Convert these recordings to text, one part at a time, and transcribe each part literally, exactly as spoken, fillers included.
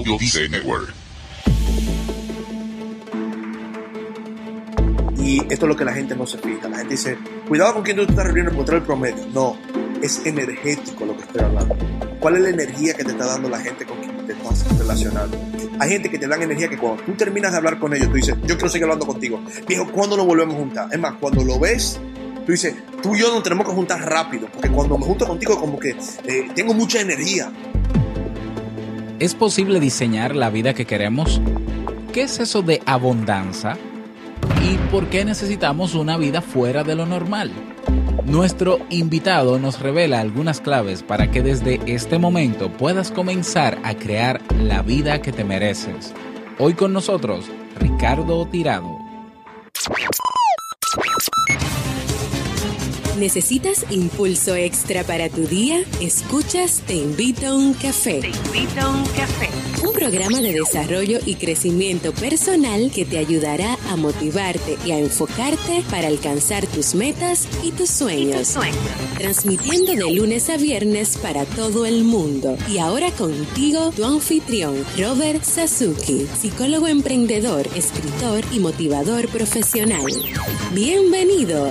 Audio Dice Network. Y esto es lo que la gente no se fija. La gente dice, cuidado con quién tú te estás reuniendo para encontrar el promedio. No, es energético lo que estoy hablando. ¿Cuál es la energía que te está dando la gente con quien te estás relacionando? Hay gente que te dan energía que cuando tú terminas de hablar con ellos, tú dices, yo quiero seguir hablando contigo. Viejo, ¿cuándo nos volvemos a juntar? Es más, cuando lo ves, tú dices, tú y yo nos tenemos que juntar rápido, porque cuando me junto contigo como que eh, tengo mucha energía. ¿Es posible diseñar la vida que queremos? ¿Qué es eso de abundancia? ¿Y por qué necesitamos una vida fuera de lo normal? Nuestro invitado nos revela algunas claves para que desde este momento puedas comenzar a crear la vida que te mereces. Hoy con nosotros, Ricardo Tirado. ¿Necesitas impulso extra para tu día? Escuchas Te Invito a un Café. Te Invito a un Café. Un programa de desarrollo y crecimiento personal que te ayudará a motivarte y a enfocarte para alcanzar tus metas y tus sueños. Y tus sueños. Transmitiendo de lunes a viernes para todo el mundo. Y ahora contigo, tu anfitrión, Robert Sasuki, psicólogo emprendedor, escritor y motivador profesional. ¡Bienvenido!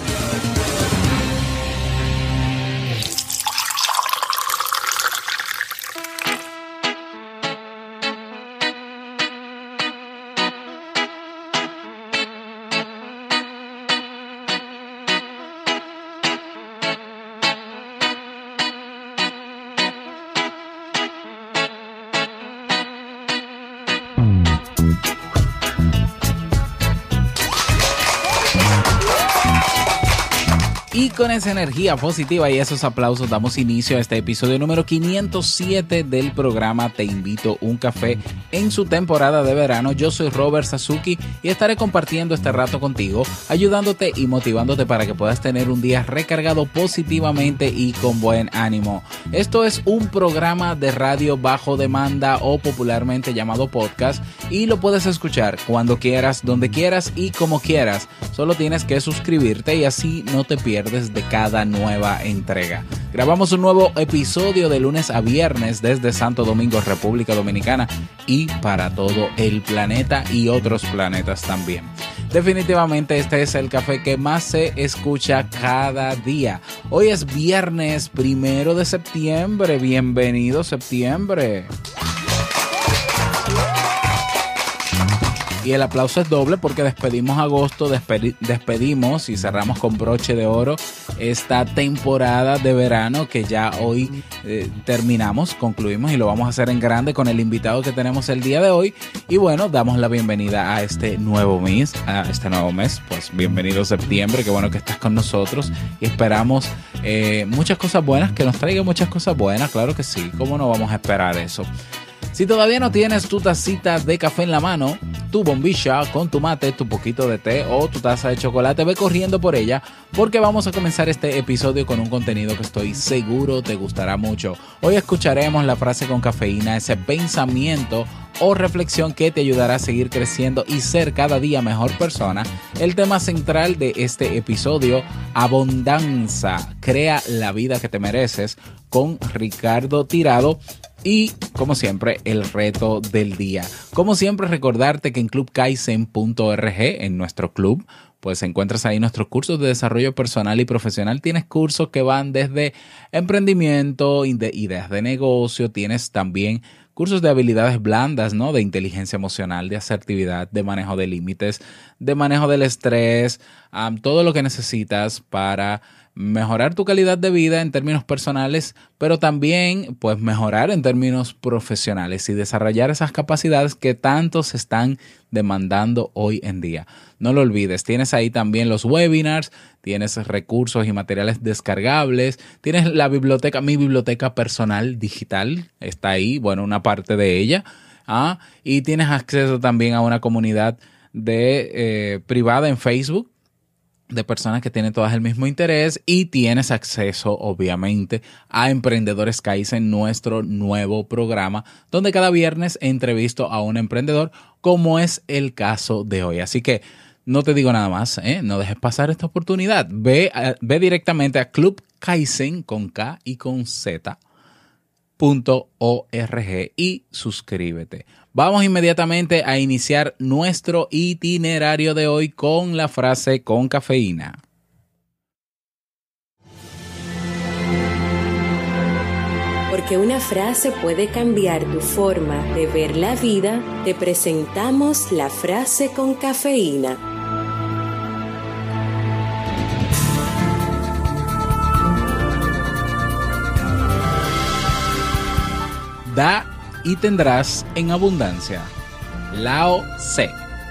Y con esa energía positiva y esos aplausos damos inicio a este episodio número quinientos siete del programa Te Invito a un Café en su temporada de verano. Yo soy Robert Sasuki y estaré compartiendo este rato contigo, ayudándote y motivándote para que puedas tener un día recargado positivamente y con buen ánimo. Esto es un programa de radio bajo demanda o popularmente llamado podcast y lo puedes escuchar cuando quieras, donde quieras y como quieras. Solo tienes que suscribirte y así no te pierdes de cada nueva entrega. Grabamos un nuevo episodio de lunes a viernes desde Santo Domingo, República Dominicana y para todo el planeta y otros planetas también. Definitivamente este es el café que más se escucha cada día. Hoy es viernes primero de septiembre. Bienvenido septiembre. Y el aplauso es doble porque despedimos agosto, despedi- despedimos y cerramos con broche de oro esta temporada de verano que ya hoy eh, terminamos, concluimos y lo vamos a hacer en grande con el invitado que tenemos el día de hoy. Y bueno, damos la bienvenida a este nuevo mes, a este nuevo mes, pues bienvenido septiembre, qué bueno que estás con nosotros y esperamos eh, muchas cosas buenas, que nos traiga muchas cosas buenas, claro que sí, ¿cómo no vamos a esperar eso? Si todavía no tienes tu tacita de café en la mano, tu bombilla con tu mate, tu poquito de té o tu taza de chocolate, ve corriendo por ella porque vamos a comenzar este episodio con un contenido que estoy seguro te gustará mucho. Hoy escucharemos la frase con cafeína, ese pensamiento o reflexión que te ayudará a seguir creciendo y ser cada día mejor persona. El tema central de este episodio, abundancia, crea la vida que te mereces, con Ricardo Tirado. Y, como siempre, el reto del día. Como siempre, recordarte que en club kaizen punto org, en nuestro club, pues encuentras ahí nuestros cursos de desarrollo personal y profesional. Tienes cursos que van desde emprendimiento, ideas de negocio. Tienes también cursos de habilidades blandas, ¿no? De inteligencia emocional, de asertividad, de manejo de límites, de manejo del estrés, um, todo lo que necesitas para mejorar tu calidad de vida en términos personales, pero también pues mejorar en términos profesionales y desarrollar esas capacidades que tanto se están demandando hoy en día. No lo olvides, tienes ahí también los webinars, tienes recursos y materiales descargables, tienes la biblioteca, mi biblioteca personal digital, está ahí, bueno, una parte de ella, ¿ah? Y tienes acceso también a una comunidad de eh, privada en Facebook, de personas que tienen todas el mismo interés y tienes acceso, obviamente, a Emprendedores Kaizen, nuestro nuevo programa, donde cada viernes entrevisto a un emprendedor, como es el caso de hoy. Así que no te digo nada más, ¿eh? No dejes pasar esta oportunidad. Ve, a, ve directamente a Club Kaizen con K y con Z. punto org y suscríbete. Vamos inmediatamente a iniciar nuestro itinerario de hoy con la frase con cafeína. Porque una frase puede cambiar tu forma de ver la vida, te presentamos la frase con cafeína. Da y tendrás en abundancia. Lao Tse.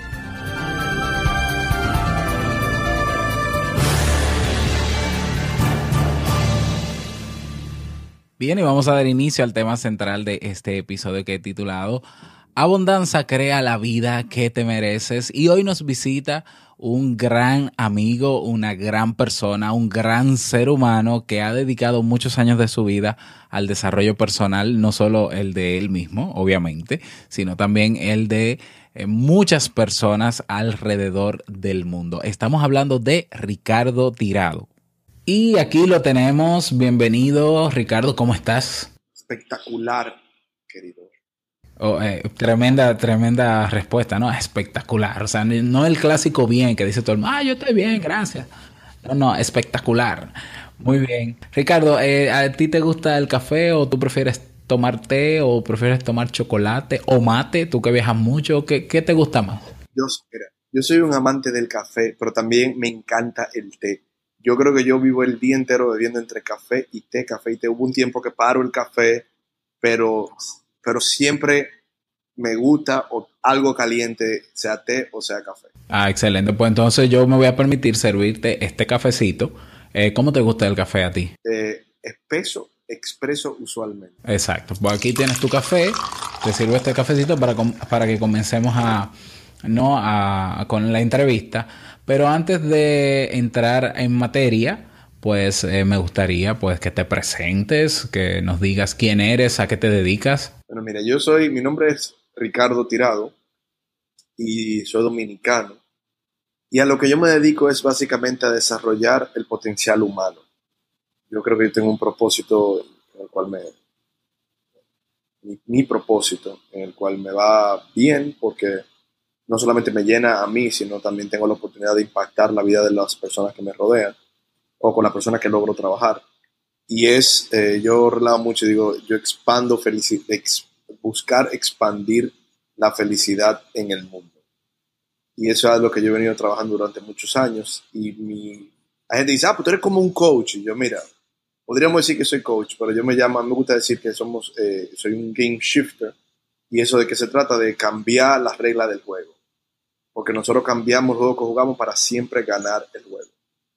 Bien, y vamos a dar inicio al tema central de este episodio que he titulado Abundancia crea la vida que te mereces. Y hoy nos visita un gran amigo, una gran persona, un gran ser humano que ha dedicado muchos años de su vida al desarrollo personal, no solo el de él mismo, obviamente, sino también el de eh, muchas personas alrededor del mundo. Estamos hablando de Ricardo Tirado. Y aquí lo tenemos. Bienvenido, Ricardo, ¿cómo estás? Espectacular, querido. Oh, eh, tremenda, tremenda respuesta, ¿no? Espectacular. O sea, no el clásico bien que dice todo el mundo, ah, yo estoy bien, gracias. No, no, espectacular. Muy bien. Ricardo, eh, ¿a ti te gusta el café o tú prefieres tomar té o prefieres tomar chocolate o mate? Tú que viajas mucho, ¿qué, qué te gusta más? Yo, mira, yo soy un amante del café, pero también me encanta el té. Yo creo que yo vivo el día entero bebiendo entre café y té, café y té. Hubo un tiempo que paro el café, pero, pero siempre me gusta o algo caliente, sea té o sea café. Ah, excelente. Pues entonces yo me voy a permitir servirte este cafecito. Eh, ¿Cómo te gusta el café a ti? Eh, espeso, expreso usualmente. Exacto. Pues aquí tienes tu café. Te sirvo este cafecito para, para que comencemos a, ¿no? a, con la entrevista. Pero antes de entrar en materia, pues eh, me gustaría pues que te presentes, que nos digas quién eres, a qué te dedicas. Bueno, mira, yo soy, mi nombre es Ricardo Tirado y soy dominicano. Y a lo que yo me dedico es básicamente a desarrollar el potencial humano. Yo creo que yo tengo un propósito en el cual me... Mi, mi propósito en el cual me va bien porque no solamente me llena a mí, sino también tengo la oportunidad de impactar la vida de las personas que me rodean o con las personas que logro trabajar. Y es, eh, yo relajo mucho, digo, yo expando felicidad, ex, buscar expandir la felicidad en el mundo. Y eso es lo que yo he venido trabajando durante muchos años. Y mi, la gente dice, ah, pues tú eres como un coach. Y yo, mira, podríamos decir que soy coach, pero yo me llamo, me gusta decir que somos, eh, soy un game shifter. Y eso de que se trata de cambiar las reglas del juego. Porque nosotros cambiamos el juego que jugamos para siempre ganar el juego.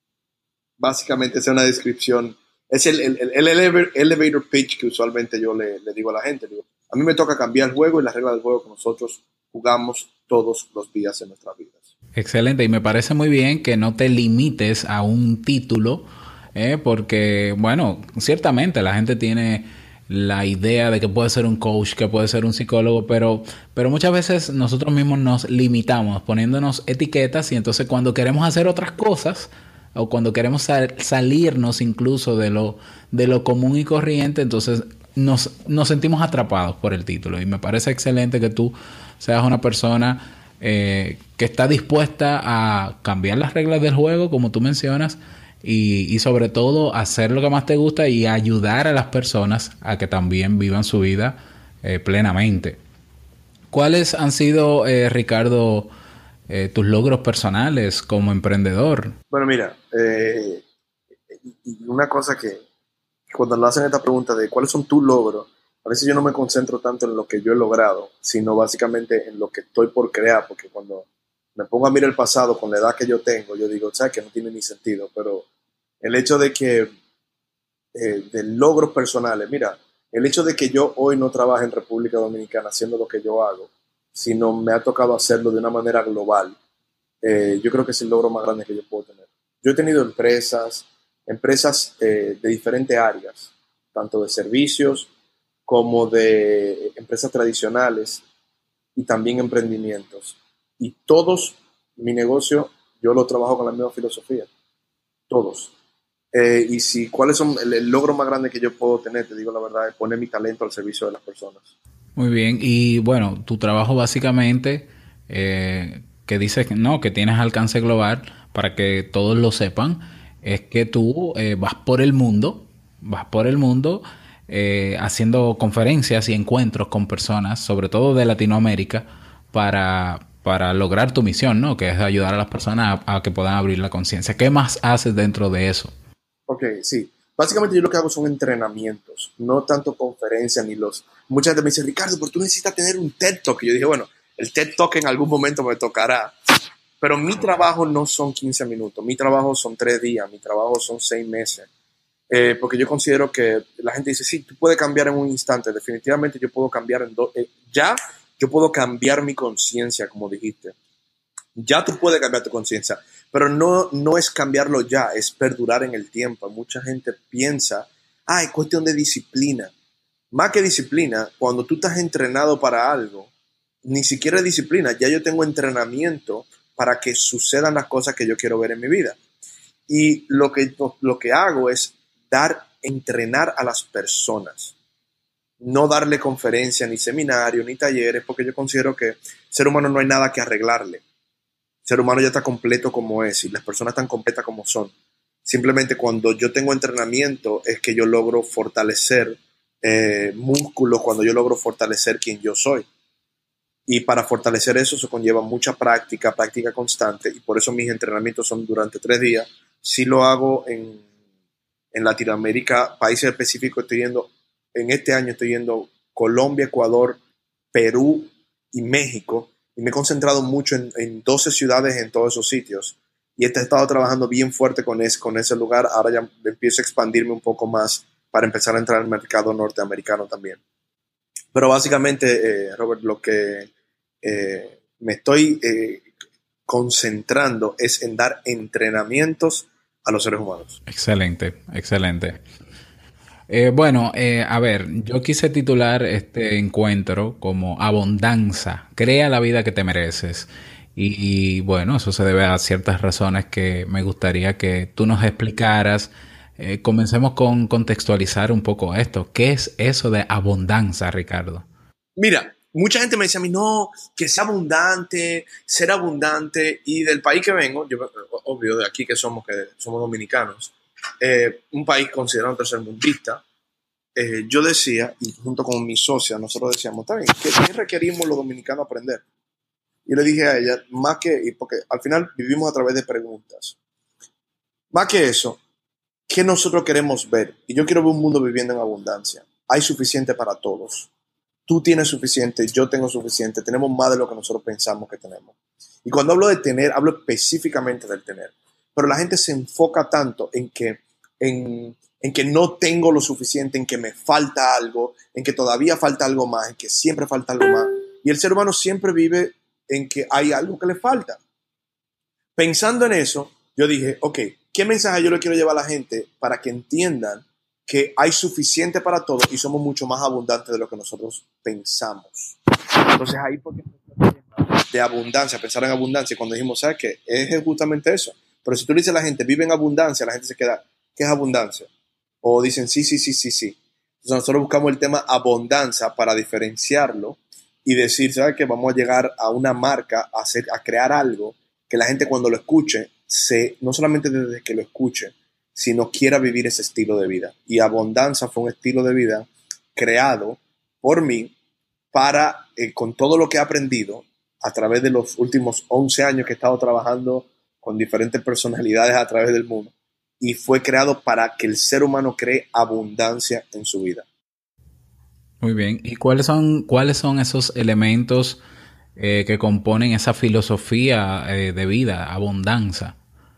Básicamente esa es una descripción, es el, el, el, el elevator pitch que usualmente yo le, le digo a la gente. Digo, a mí me toca cambiar el juego y las reglas del juego que nosotros jugamos todos los días en nuestras vidas. Excelente, y me parece muy bien que no te limites a un título, eh, porque, bueno, ciertamente la gente tiene la idea de que puede ser un coach, que puede ser un psicólogo, pero, pero muchas veces nosotros mismos nos limitamos poniéndonos etiquetas y entonces cuando queremos hacer otras cosas o cuando queremos sal, salirnos incluso de lo, de lo común y corriente, entonces nos, nos sentimos atrapados por el título. Y me parece excelente que tú seas una persona eh, que está dispuesta a cambiar las reglas del juego, como tú mencionas, y, y sobre todo hacer lo que más te gusta y ayudar a las personas a que también vivan su vida eh, plenamente. ¿Cuáles han sido, eh, Ricardo, eh, tus logros personales como emprendedor? Bueno, mira, eh, y una cosa que cuando le hacen esta pregunta de cuáles son tus logros, a veces yo no me concentro tanto en lo que yo he logrado, sino básicamente en lo que estoy por crear, porque cuando me pongo a mirar el pasado con la edad que yo tengo, yo digo, ¿sabes? Que no tiene ni sentido, pero el hecho de que, eh, de logros personales, mira, el hecho de que yo hoy no trabaje en República Dominicana haciendo lo que yo hago, sino me ha tocado hacerlo de una manera global, eh, yo creo que es el logro más grande que yo puedo tener. Yo he tenido empresas, empresas eh, de diferentes áreas, tanto de servicios como de empresas tradicionales y también emprendimientos. Y todos, mi negocio, yo lo trabajo con la misma filosofía. Todos. Eh, y si cuáles son el, el logro más grande que yo puedo tener, te digo la verdad, es poner mi talento al servicio de las personas. Muy bien, y bueno, tu trabajo básicamente, eh, que dices que no, que tienes alcance global, para que todos lo sepan, es que tú eh, vas por el mundo, vas por el mundo eh, haciendo conferencias y encuentros con personas, sobre todo de Latinoamérica, para, para lograr tu misión, ¿no? Que es ayudar a las personas a, a que puedan abrir la conciencia. ¿Qué más haces dentro de eso? Ok, sí. Básicamente yo lo que hago son entrenamientos, no tanto conferencias ni los... Mucha gente me dice, Ricardo, pero tú necesitas tener un TED Talk. Y yo dije, bueno, el TED Talk en algún momento me tocará. Pero mi trabajo no son quince minutos, mi trabajo son tres días, mi trabajo son seis meses. Eh, porque yo considero que la gente dice, sí, tú puedes cambiar en un instante. Definitivamente yo puedo cambiar en dos... Eh, ya yo puedo cambiar mi conciencia, como dijiste. Ya tú puedes cambiar tu conciencia, pero no, no es cambiarlo ya, es perdurar en el tiempo. Mucha gente piensa, ah, es cuestión de disciplina. Más que disciplina, cuando tú estás entrenado para algo, ni siquiera es disciplina, ya yo tengo entrenamiento para que sucedan las cosas que yo quiero ver en mi vida. Y lo que, lo que hago es dar, entrenar a las personas. No darle conferencias, ni seminarios, ni talleres, porque yo considero que el ser humano no hay nada que arreglarle. El ser humano ya está completo como es y las personas están completas como son. Simplemente cuando yo tengo entrenamiento es que yo logro fortalecer eh, músculos, cuando yo logro fortalecer quien yo soy. Y para fortalecer eso se conlleva mucha práctica, práctica constante, y por eso mis entrenamientos son durante tres días. Si lo hago en, en Latinoamérica, países específicos, estoy yendo, en este año estoy yendo Colombia, Ecuador, Perú y México, y me he concentrado mucho en, en doce ciudades en todos esos sitios, y he estado trabajando bien fuerte con ese, con ese lugar. Ahora ya empiezo a expandirme un poco más para empezar a entrar al mercado norteamericano también. Pero básicamente, eh, Robert, lo que eh, me estoy eh, concentrando es en dar entrenamientos a los seres humanos. Excelente, excelente. Eh, bueno, eh, a ver, yo quise titular este encuentro como Abundanza, crea la vida que te mereces. Y, y bueno, eso se debe a ciertas razones que me gustaría que tú nos explicaras. Eh, comencemos con contextualizar un poco esto. ¿Qué es eso de abundancia, Ricardo? Mira, mucha gente me dice a mí, no, que sea abundante, ser abundante. Y del país que vengo, yo, obvio, de aquí que somos, que somos dominicanos, eh, un país considerado tercermundista, eh, yo decía, y junto con mi socia, nosotros decíamos, está bien, ¿qué, qué requerimos los dominicanos aprender? Y le dije a ella, más que, porque al final vivimos a través de preguntas, más que eso, ¿qué nosotros queremos ver? Y yo quiero ver un mundo viviendo en abundancia. Hay suficiente para todos. Tú tienes suficiente, yo tengo suficiente, tenemos más de lo que nosotros pensamos que tenemos. Y cuando hablo de tener, hablo específicamente del tener. Pero la gente se enfoca tanto en que, en, en que no tengo lo suficiente, en que me falta algo, en que todavía falta algo más, en que siempre falta algo más. Y el ser humano siempre vive en que hay algo que le falta. Pensando en eso, yo dije, ok, ¿qué mensaje yo le quiero llevar a la gente para que entiendan que hay suficiente para todos y somos mucho más abundantes de lo que nosotros pensamos? Entonces ahí porque de abundancia, pensar en abundancia, cuando dijimos, ¿sabes qué? Es justamente eso. Pero si tú le dices a la gente, vive en abundancia, la gente se queda, ¿qué es abundancia? O dicen, sí, sí, sí, sí, sí. Entonces nosotros buscamos el tema abundancia para diferenciarlo y decir, ¿sabes qué? Vamos a llegar a una marca, a, hacer, a crear algo que la gente cuando lo escuche, se, no solamente desde que lo escuche, sino quiera vivir ese estilo de vida. Y abundancia fue un estilo de vida creado por mí para, eh, con todo lo que he aprendido a través de los últimos once años que he estado trabajando con diferentes personalidades a través del mundo, y fue creado para que el ser humano cree abundancia en su vida. Muy bien. ¿Y cuáles son, cuáles son esos elementos eh, que componen esa filosofía eh, de vida, abundancia?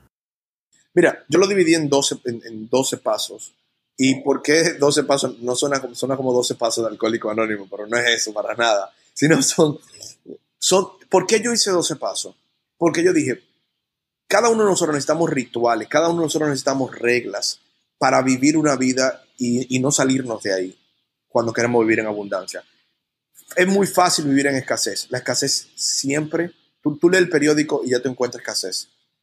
Mira, yo lo dividí en doce, en, en doce pasos. ¿Y por qué doce pasos? No suena, suena como doce pasos de Alcohólico Anónimo, pero no es eso para nada. Sino son, son... ¿Por qué yo hice doce pasos? Porque yo dije, cada uno de nosotros necesitamos rituales, cada uno de nosotros necesitamos reglas para vivir una vida y, y no salirnos de ahí cuando queremos vivir en abundancia. Es muy fácil vivir en escasez. La escasez siempre... Tú, tú lees el periódico y ya te encuentras escasez.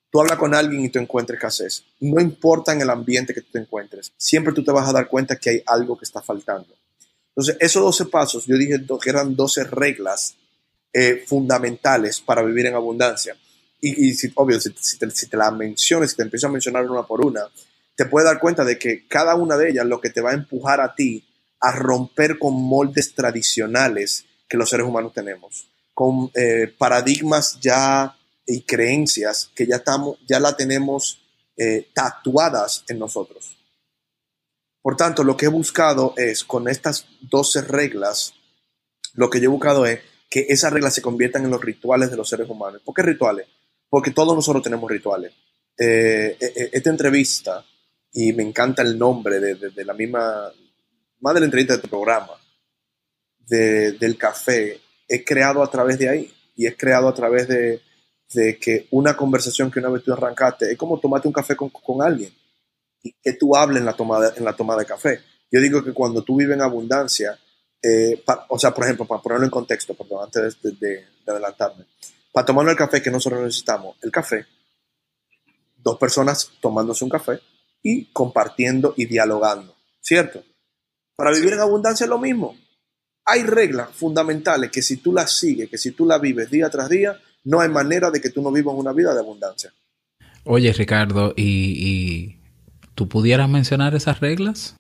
Tú hablas con alguien y tú encuentras escasez. No importa en el ambiente que tú te encuentres, siempre tú te vas a dar cuenta que hay algo que está faltando. Entonces, esos doce pasos, yo dije que eran doce reglas eh, fundamentales para vivir en abundancia. Y, y si, obvio, si, si, te, si te las mencionas, si te empiezo a mencionar una por una, te puedes dar cuenta de que cada una de ellas lo que te va a empujar a ti a romper con moldes tradicionales que los seres humanos tenemos, con eh, paradigmas ya y creencias que ya, estamos, ya la tenemos eh, tatuadas en nosotros. Por tanto, lo que he buscado es, con estas doce reglas, lo que yo he buscado es que esas reglas se conviertan en los rituales de los seres humanos. ¿Por qué rituales? Porque todos nosotros tenemos rituales. Eh, eh, esta entrevista, y me encanta el nombre de, de, de la misma, más de la entrevista de tu programa, de, del café, es creado a través de ahí. Y es creado a través de, de que una conversación que una vez tú arrancaste, es como tomarte un café con, con alguien y que tú hables en la toma de, en la toma de café. Yo digo que cuando tú vives en abundancia, eh, pa, o sea, por ejemplo, para ponerlo en contexto, perdón, antes de, de, de adelantarme, para tomarnos el café que nosotros necesitamos, el café, dos personas tomándose un café y compartiendo y dialogando, ¿cierto? Para vivir en abundancia es lo mismo. Hay reglas fundamentales que si tú las sigues, que si tú las vives día tras día, no hay manera de que tú no vivas una vida de abundancia. Oye, Ricardo, ¿y, y tú pudieras mencionar esas reglas?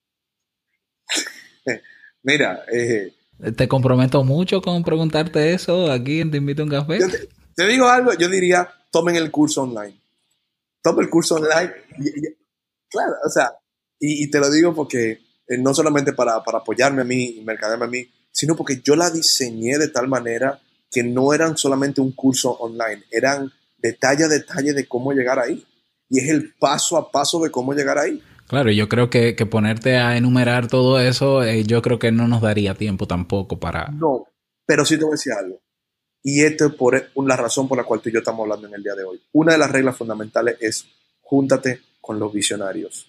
Mira, eh, te comprometo mucho con preguntarte eso aquí en Te Invito a un Café. Te, te digo algo, yo diría, tomen el curso online. Tomen el curso online. Y, y, claro, o sea, y, y te lo digo porque eh, no solamente para, para apoyarme a mí y mercadearme a mí, sino porque yo la diseñé de tal manera que no eran solamente un curso online, eran detalle a detalle de cómo llegar ahí. Y es el paso a paso de cómo llegar ahí. Claro, yo creo que, que ponerte a enumerar todo eso, eh, yo creo que no nos daría tiempo tampoco para... No, pero sí te voy a decir algo. Y esto es por la razón por la cual tú y yo estamos hablando en el día de hoy. Una de las reglas fundamentales es júntate con los visionarios.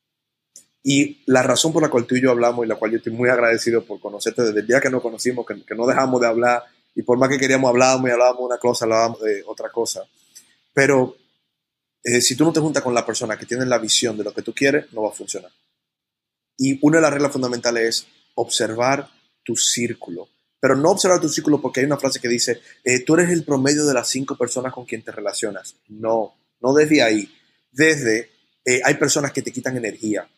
Y la razón por la cual tú y yo hablamos y la cual yo estoy muy agradecido por conocerte desde el día que nos conocimos, que, que no dejamos de hablar y por más que queríamos hablábamos y hablábamos de una cosa, hablábamos de otra cosa. Pero eh, si tú no te juntas con la persona que tiene la visión de lo que tú quieres, no va a funcionar. Y una de las reglas fundamentales es observar tu círculo. Pero no observar tu círculo porque hay una frase que dice, eh, tú eres el promedio de las cinco personas con quien te relacionas. No, no desde ahí. Desde, eh, hay personas que te quitan energía.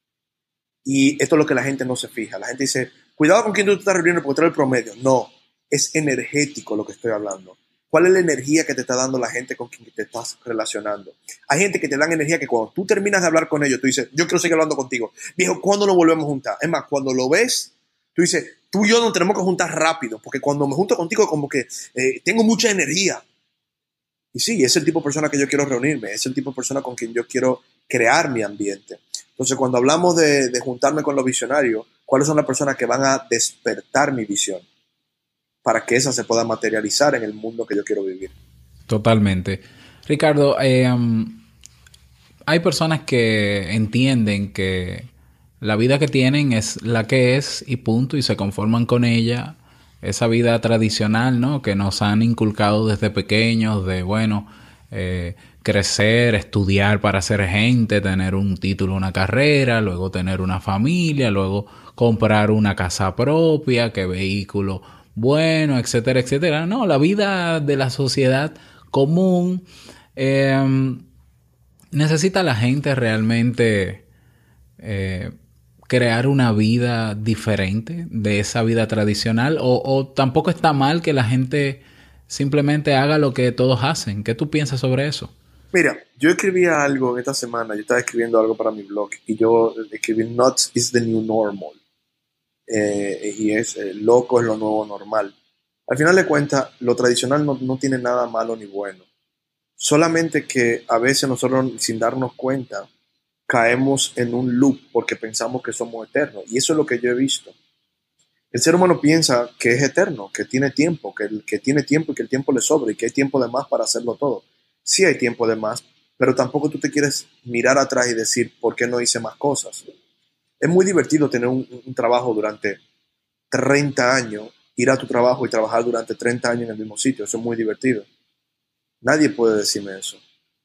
Y esto es lo que la gente no se fija. La gente dice, cuidado con quien tú te estás reuniendo porque tú eres el promedio. No, es energético lo que estoy hablando. ¿Cuál es la energía que te está dando la gente con quien te estás relacionando? Hay gente que te dan energía que cuando tú terminas de hablar con ellos, tú dices, yo quiero seguir hablando contigo. Viejo, ¿cuándo nos volvemos a juntar? Es más, cuando lo ves, tú dices, tú y yo nos tenemos que juntar rápido, porque cuando me junto contigo como que eh, tengo mucha energía. Y sí, es el tipo de persona que yo quiero reunirme, es el tipo de persona con quien yo quiero crear mi ambiente. Entonces, cuando hablamos de, de juntarme con los visionarios, ¿cuáles son las personas que van a despertar mi visión? Para que esa se pueda materializar en el mundo que yo quiero vivir. Totalmente. Ricardo, eh, um, hay personas que entienden que la vida que tienen es la que es y punto, y se conforman con ella. Esa vida tradicional, ¿no? Que nos han inculcado desde pequeños, de, bueno, eh, crecer, estudiar para ser gente, tener un título, una carrera, luego tener una familia, luego comprar una casa propia, qué vehículo bueno, etcétera, etcétera. No, la vida de la sociedad común eh, necesita la gente realmente eh, crear una vida diferente de esa vida tradicional, o, o tampoco está mal que la gente simplemente haga lo que todos hacen. ¿Qué tú piensas sobre eso? Mira, yo escribía algo en esta semana, yo estaba escribiendo algo para mi blog y yo escribí Nuts is the new normal. Eh, y es eh, loco es lo nuevo normal. Al final de cuentas, lo tradicional no, no tiene nada malo ni bueno. Solamente que a veces nosotros, sin darnos cuenta, caemos en un loop porque pensamos que somos eternos. Y eso es lo que yo he visto. El ser humano piensa que es eterno, que tiene tiempo, que, que tiene tiempo y que el tiempo le sobra y que hay tiempo de más para hacerlo todo. Sí hay tiempo de más, pero tampoco tú te quieres mirar atrás y decir, ¿por qué no hice más cosas? Es muy divertido tener un, un trabajo durante treinta años, ir a tu trabajo y trabajar durante treinta años en el mismo sitio. Eso es muy divertido. Nadie puede decirme eso.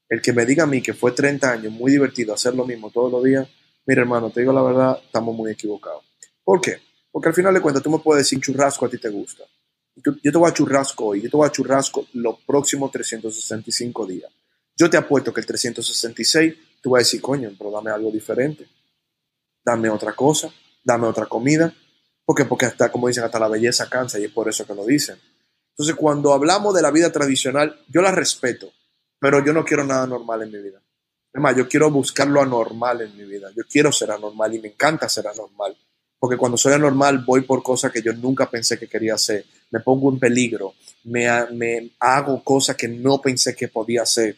El que me diga a mí que fue treinta años muy divertido hacer lo mismo todos los días, mira hermano, te digo la verdad, estamos muy equivocados. ¿Por qué? Porque al final de cuentas tú me puedes decir churrasco a ti te gusta. Yo te voy a churrasco hoy, yo te voy a churrasco los próximos trescientos sesenta y cinco días. Yo te apuesto que el trescientos sesenta y seis tú vas a decir, coño, pero dame algo diferente. Dame otra cosa, dame otra comida. ¿Por qué? Porque hasta, como dicen, hasta la belleza cansa y es por eso que lo dicen. Entonces, cuando hablamos de la vida tradicional, yo la respeto, pero yo no quiero nada normal en mi vida. Es más, yo quiero buscar lo anormal en mi vida. Yo quiero ser anormal y me encanta ser anormal. Porque cuando soy anormal voy por cosas que yo nunca pensé que quería hacer. Me pongo en peligro, me, me hago cosas que no pensé que podía hacer.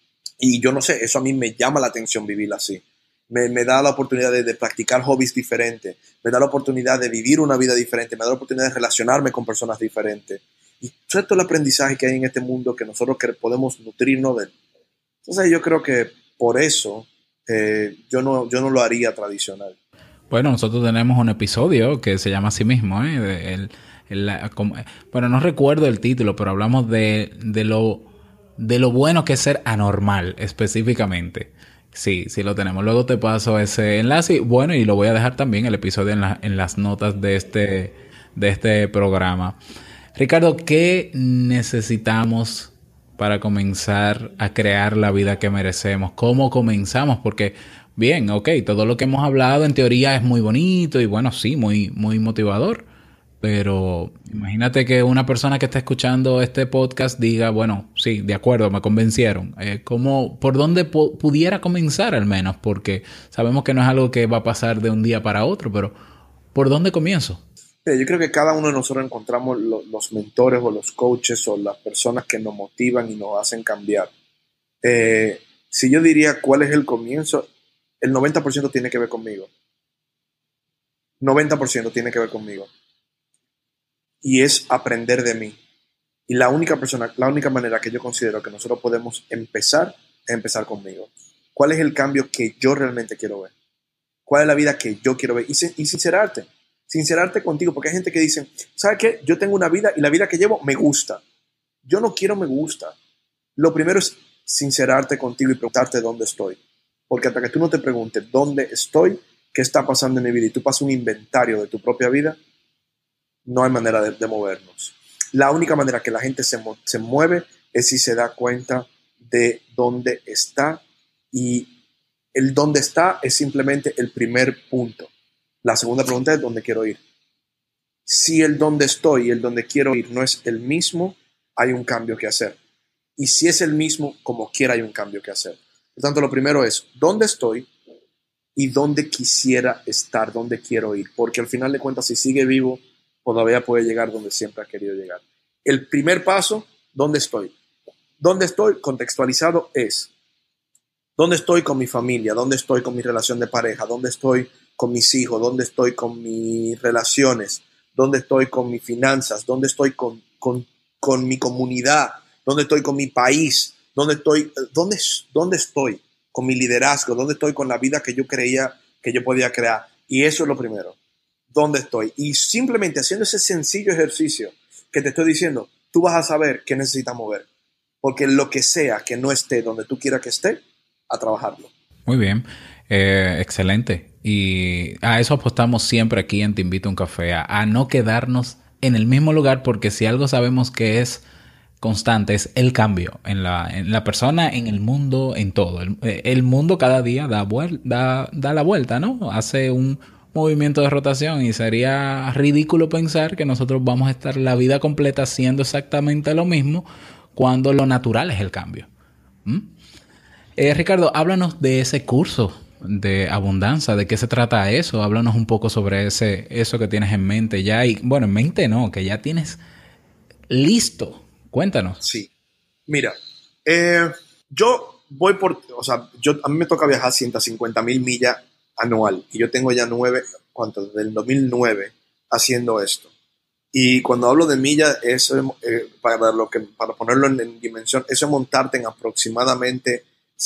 Y yo no sé, eso a mí me llama la atención vivir así. Me, me da la oportunidad de, de practicar hobbies diferentes. Me da la oportunidad de vivir una vida diferente. Me da la oportunidad de relacionarme con personas diferentes. Y todo el aprendizaje que hay en este mundo que nosotros que podemos nutrirnos de él. Entonces yo creo que por eso eh, yo, no, yo no lo haría tradicional. Bueno, nosotros tenemos un episodio que se llama así mismo, ¿eh? De, el, el, como, bueno, no recuerdo el título, pero hablamos de, de, lo, de lo bueno que es ser anormal específicamente. Sí, sí lo tenemos. Luego te paso ese enlace. Bueno, y lo voy a dejar también el episodio en, la, en las notas de este, de este programa. Ricardo, ¿qué necesitamos para comenzar a crear la vida que merecemos? ¿Cómo comenzamos? Porque, bien, ok, todo lo que hemos hablado en teoría es muy bonito y bueno, sí, muy, muy motivador. Pero imagínate que una persona que está escuchando este podcast diga, bueno, sí, de acuerdo, me convencieron. Eh, ¿cómo, por dónde pu- pudiera comenzar al menos? Porque sabemos que no es algo que va a pasar de un día para otro, pero ¿por dónde comienzo? Yo creo que cada uno de nosotros encontramos lo, los mentores o los coaches o las personas que nos motivan y nos hacen cambiar. Eh, si yo diría cuál es el comienzo, el noventa por ciento tiene que ver conmigo. noventa por ciento tiene que ver conmigo. Y es aprender de mí. Y la única persona, la única manera que yo considero que nosotros podemos empezar es empezar conmigo. ¿Cuál es el cambio que yo realmente quiero ver? ¿Cuál es la vida que yo quiero ver? Y, y sincerarte. Sincerarte contigo, porque hay gente que dice, ¿sabes qué? Yo tengo una vida y la vida que llevo me gusta. Yo no quiero me gusta. Lo primero es sincerarte contigo y preguntarte dónde estoy. Porque hasta que tú no te preguntes dónde estoy, qué está pasando en mi vida y tú pasas un inventario de tu propia vida, no hay manera de, de movernos. La única manera que la gente se, se mueve es si se da cuenta de dónde está, y el dónde está es simplemente el primer punto. La segunda pregunta es ¿dónde quiero ir? Si el dónde estoy y el dónde quiero ir no es el mismo, hay un cambio que hacer. Y si es el mismo, como quiera hay un cambio que hacer. Por tanto, lo primero es ¿dónde estoy? Y dónde quisiera estar, dónde quiero ir. Porque al final de cuentas, si sigue vivo, todavía puede llegar donde siempre ha querido llegar. El primer paso, ¿dónde estoy? ¿Dónde estoy? Contextualizado es ¿dónde estoy con mi familia? ¿Dónde estoy con mi relación de pareja? ¿Dónde estoy con mis hijos? ¿Dónde estoy con mis relaciones? ¿Dónde estoy con mis finanzas? ¿Dónde estoy con, con, con mi comunidad? ¿Dónde estoy con mi país? ¿Dónde estoy, dónde, ¿Dónde estoy con mi liderazgo? ¿Dónde estoy con la vida que yo creía que yo podía crear? Y eso es lo primero. ¿Dónde estoy? Y simplemente haciendo ese sencillo ejercicio que te estoy diciendo, tú vas a saber qué necesitas mover. Porque lo que sea que no esté donde tú quieras que esté, a trabajarlo. Muy bien, eh, excelente. Y a eso apostamos siempre aquí en Te Invito a un Café, a, a no quedarnos en el mismo lugar, porque si algo sabemos que es constante es el cambio en la, en la persona, en el mundo, en todo. El, el mundo cada día da, vuel, da, da la vuelta, ¿no? Hace un movimiento de rotación y sería ridículo pensar que nosotros vamos a estar la vida completa haciendo exactamente lo mismo cuando lo natural es el cambio. ¿Mm? Eh, Ricardo, háblanos de ese curso de abundancia, ¿de qué se trata eso? Háblanos un poco sobre ese, eso que tienes en mente ya, y bueno, en mente no, que ya tienes listo. Cuéntanos. Sí, mira, eh, yo voy por, o sea, yo, a mí me toca viajar ciento cincuenta mil millas anual y yo tengo ya nueve, ¿cuánto? Del dos mil nueve haciendo esto. Y cuando hablo de millas, eso, eh, para, lo que, para ponerlo en, en dimensión, eso es montarte en aproximadamente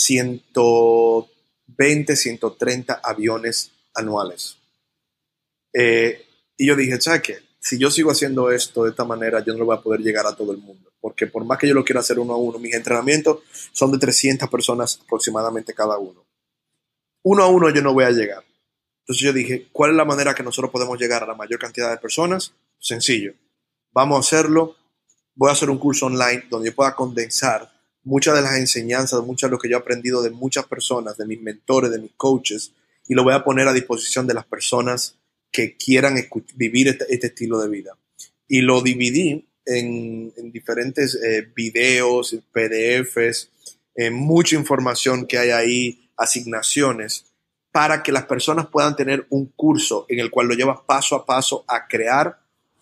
ciento veinte, ciento treinta aviones anuales. Eh, y yo dije, ¿sabes qué? si yo sigo haciendo esto de esta manera, yo no lo voy a poder llegar a todo el mundo. Porque por más que yo lo quiera hacer uno a uno, mis entrenamientos son de trescientas personas aproximadamente cada uno. Uno a uno yo no voy a llegar. Entonces yo dije, ¿cuál es la manera que nosotros podemos llegar a la mayor cantidad de personas? Sencillo. Vamos a hacerlo. Voy a hacer un curso online donde yo pueda condensar muchas de las enseñanzas, muchas de lo que yo he aprendido de muchas personas, de mis mentores, de mis coaches, y lo voy a poner a disposición de las personas que quieran vivir este, este estilo de vida. Y lo dividí en, en diferentes eh, videos, P D Fs, eh, mucha información que hay ahí, asignaciones, para que las personas puedan tener un curso en el cual lo llevas paso a paso a crear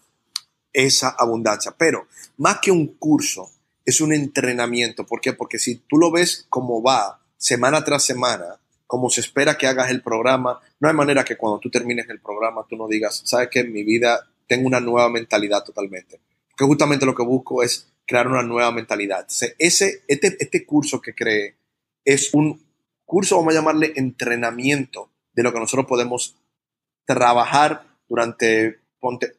esa abundancia. Pero más que un curso, es un entrenamiento. ¿Por qué? Porque si tú lo ves como va, semana tras semana, como se espera que hagas el programa, no hay manera que cuando tú termines el programa tú no digas, ¿sabes qué? En mi vida tengo una nueva mentalidad totalmente. Porque justamente lo que busco es crear una nueva mentalidad. Ese, este, este curso que creé es un curso, vamos a llamarle entrenamiento, de lo que nosotros podemos trabajar durante, ponte,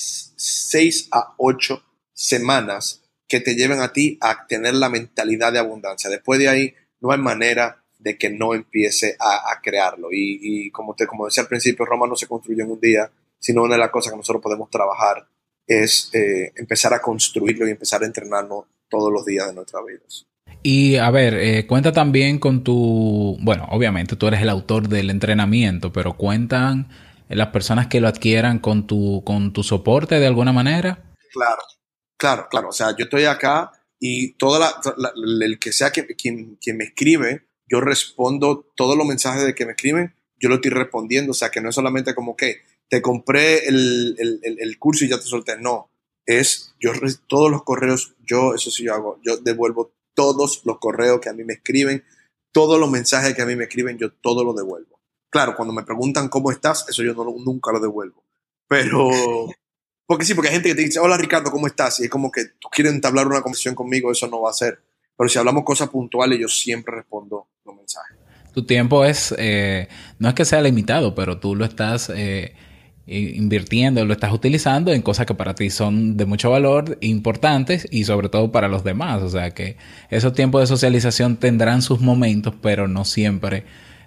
seis a ocho semanas que te lleven a ti a tener la mentalidad de abundancia. Después de ahí no hay manera de que no empiece a, a crearlo. Y, y como, te, como decía al principio, Roma no se construye en un día, sino una de las cosas que nosotros podemos trabajar es eh, empezar a construirlo y empezar a entrenarnos todos los días de nuestras vidas. Y a ver, eh, cuenta también con tu, bueno, obviamente tú eres el autor del entrenamiento, pero cuentan las personas que lo adquieran con tu, con tu soporte de alguna manera. Claro, claro, claro. O sea, yo estoy acá y toda la, la, el que sea que, quien, quien me escribe, yo respondo todos los mensajes de que me escriben, yo lo estoy respondiendo. O sea, que no es solamente como que te compré el, el, el, el curso y ya te solté. No, es yo todos los correos, yo, eso sí yo hago, yo devuelvo todos los correos que a mí me escriben, todos los mensajes que a mí me escriben, yo todo lo devuelvo. Claro, cuando me preguntan cómo estás, eso yo no, nunca lo devuelvo. Pero, porque sí, porque hay gente que te dice, hola Ricardo, ¿cómo estás? Y es como que tú quieres entablar una conversación conmigo, eso no va a ser. Pero si hablamos cosas puntuales, yo siempre respondo los mensajes. Tu tiempo es, eh, no es que sea limitado, pero tú lo estás eh, invirtiendo, lo estás utilizando en cosas que para ti son de mucho valor, importantes y sobre todo para los demás. O sea que esos tiempos de socialización tendrán sus momentos, pero no siempre,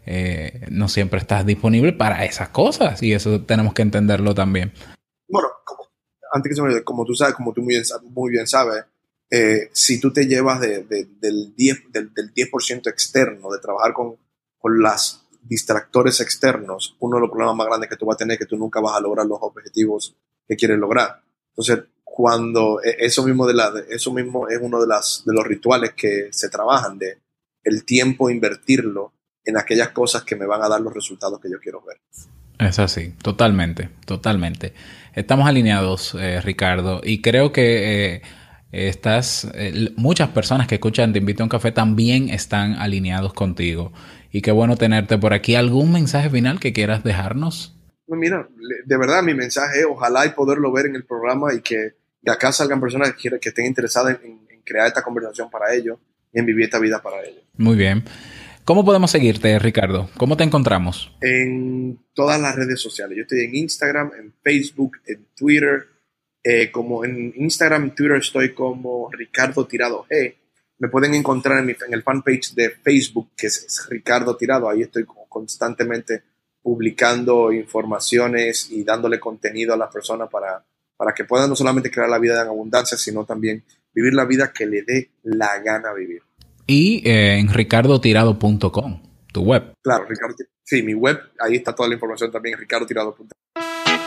eh, no siempre estás disponible para esas cosas y eso tenemos que entenderlo también. Bueno, como, antes que se me olvide, como tú sabes, como tú muy bien, muy bien sabes, eh, si tú te llevas de, de, del, diez, del, del diez por ciento externo, de trabajar con, con las distractores externos, uno de los problemas más grandes que tú vas a tener es que tú nunca vas a lograr los objetivos que quieres lograr. Entonces, cuando eso mismo, de la, eso mismo es uno de, las, de los rituales que se trabajan, de el tiempo invertirlo en aquellas cosas que me van a dar los resultados que yo quiero ver. Es así, totalmente, totalmente. Estamos alineados, eh, Ricardo, y creo que eh, estas, eh, muchas personas que escuchan Te Invito a un Café también están alineados contigo. Y qué bueno tenerte por aquí. ¿Algún mensaje final que quieras dejarnos? No, mira, de verdad mi mensaje es ojalá y poderlo ver en el programa y que de acá salgan personas que, que estén interesadas en, en crear esta conversación para ellos y en vivir esta vida para ellos. Muy bien. ¿Cómo podemos seguirte, Ricardo? ¿Cómo te encontramos? En todas las redes sociales. Yo estoy en Instagram, en Facebook, en Twitter. Eh, como en Instagram y Twitter estoy como Ricardo Tirado G. Me pueden encontrar en, mi, en el fanpage de Facebook, que es, es Ricardo Tirado. Ahí estoy constantemente publicando informaciones y dándole contenido a las personas para, para que puedan no solamente crear la vida en abundancia, sino también vivir la vida que le dé la gana vivir. Y eh, en ricardo tirado punto com, tu web. Claro, Ricardo, sí, mi web, ahí está toda la información también, ricardo tirado punto com.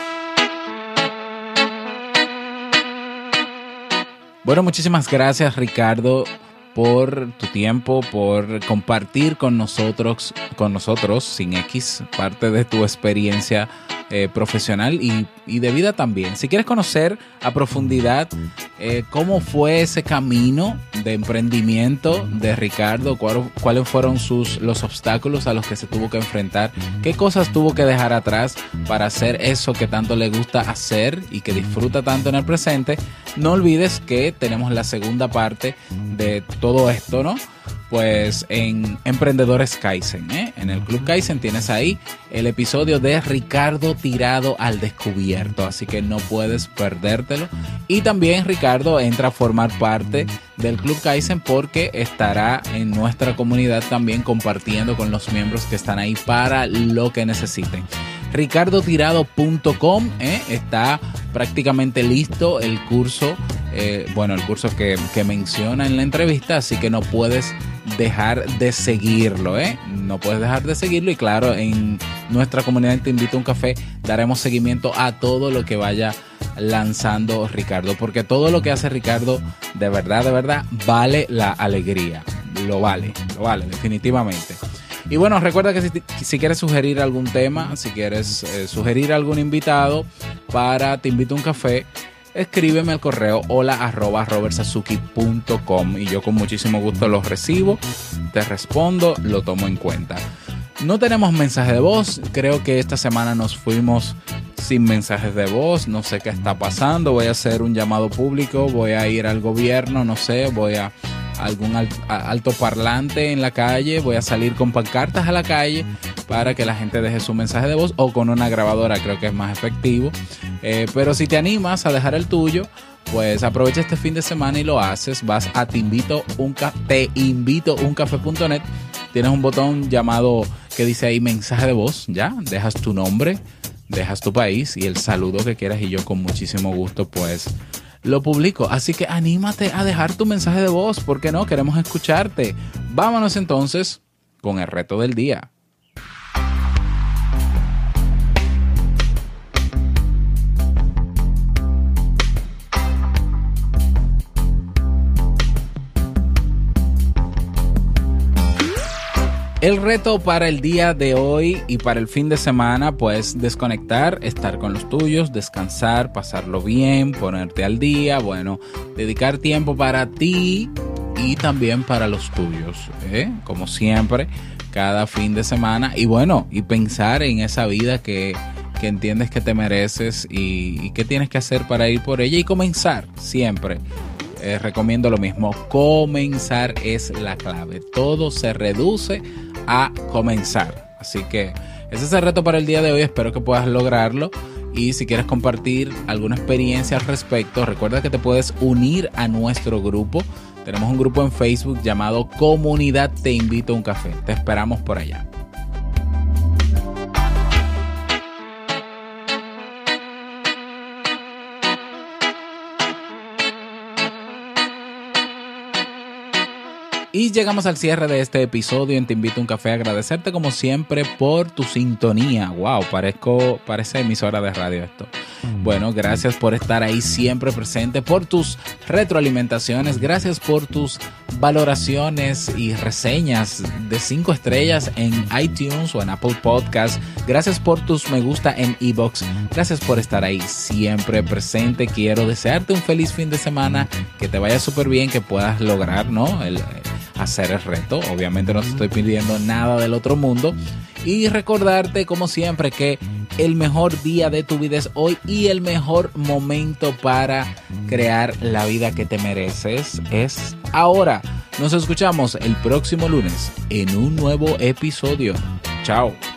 Bueno, muchísimas gracias, Ricardo, por tu tiempo, por compartir con nosotros, con nosotros, sin X, parte de tu experiencia eh, profesional y, y de vida también. Si quieres conocer a profundidad eh, cómo fue ese camino de emprendimiento de Ricardo, cuál, cuáles fueron sus, los obstáculos a los que se tuvo que enfrentar, qué cosas tuvo que dejar atrás para hacer eso que tanto le gusta hacer y que disfruta tanto en el presente, no olvides que tenemos la segunda parte de todo esto, ¿no? pues en Emprendedores Kaizen, ¿eh? En el Club Kaizen tienes ahí el episodio de Ricardo Tirado al Descubierto, así que no puedes perdértelo. Y también Ricardo entra a formar parte del Club Kaizen porque estará en nuestra comunidad también compartiendo con los miembros que están ahí para lo que necesiten. ricardo tirado punto com, ¿eh? Está prácticamente listo el curso, eh, bueno, el curso que, que menciona en la entrevista, así que no puedes dejar de seguirlo, ¿eh? No puedes dejar de seguirlo y claro, en nuestra comunidad Te Invito a un Café daremos seguimiento a todo lo que vaya lanzando Ricardo, porque todo lo que hace Ricardo de verdad, de verdad vale la alegría, lo vale, lo vale definitivamente. Y bueno, recuerda que si, si quieres sugerir algún tema, si quieres eh, sugerir algún invitado para Te Invito a un Café, escríbeme al correo hola arroba robertsazuki punto com y yo con muchísimo gusto los recibo, te respondo, lo tomo en cuenta. No tenemos mensaje de voz, creo que esta semana nos fuimos sin mensajes de voz, no sé qué está pasando, voy a hacer un llamado público, voy a ir al gobierno, no sé, voy a algún altoparlante en la calle, voy a salir con pancartas a la calle para que la gente deje su mensaje de voz o con una grabadora, creo que es más efectivo. Eh, pero si te animas a dejar el tuyo, pues aprovecha este fin de semana y lo haces. Vas a te invito un te invito un café punto net, tienes un botón llamado que dice ahí mensaje de voz, ya, dejas tu nombre, dejas tu país y el saludo que quieras y yo con muchísimo gusto pues lo publico. Así que anímate a dejar tu mensaje de voz, ¿por qué no? Queremos escucharte. Vámonos entonces con el reto del día. El reto para el día de hoy y para el fin de semana, pues desconectar, estar con los tuyos, descansar, pasarlo bien, ponerte al día, bueno, dedicar tiempo para ti y también para los tuyos, ¿eh? Como siempre, cada fin de semana y bueno, y pensar en esa vida que, que entiendes que te mereces y, y qué tienes que hacer para ir por ella y comenzar siempre. Eh, recomiendo lo mismo, comenzar es la clave, todo se reduce a comenzar, así que ese es el reto para el día de hoy, espero que puedas lograrlo y si quieres compartir alguna experiencia al respecto, recuerda que te puedes unir a nuestro grupo, tenemos un grupo en Facebook llamado Comunidad Te Invito a un Café, te esperamos por allá. Y llegamos al cierre de este episodio en Te Invito a un Café. Agradecerte como siempre por tu sintonía. Wow, parezco, parece emisora de radio esto. Bueno, gracias por estar ahí siempre presente, por tus retroalimentaciones, gracias por tus valoraciones y reseñas de cinco estrellas en iTunes o en Apple Podcast. Gracias por tus me gusta en iVoox. Gracias por estar ahí siempre presente. Quiero desearte un feliz fin de semana, que te vaya súper bien, que puedas lograr, ¿no? el hacer el reto. Obviamente no te estoy pidiendo nada del otro mundo. Y recordarte, como siempre, que el mejor día de tu vida es hoy y el mejor momento para crear la vida que te mereces es ahora. Nos escuchamos el próximo lunes en un nuevo episodio. Chao.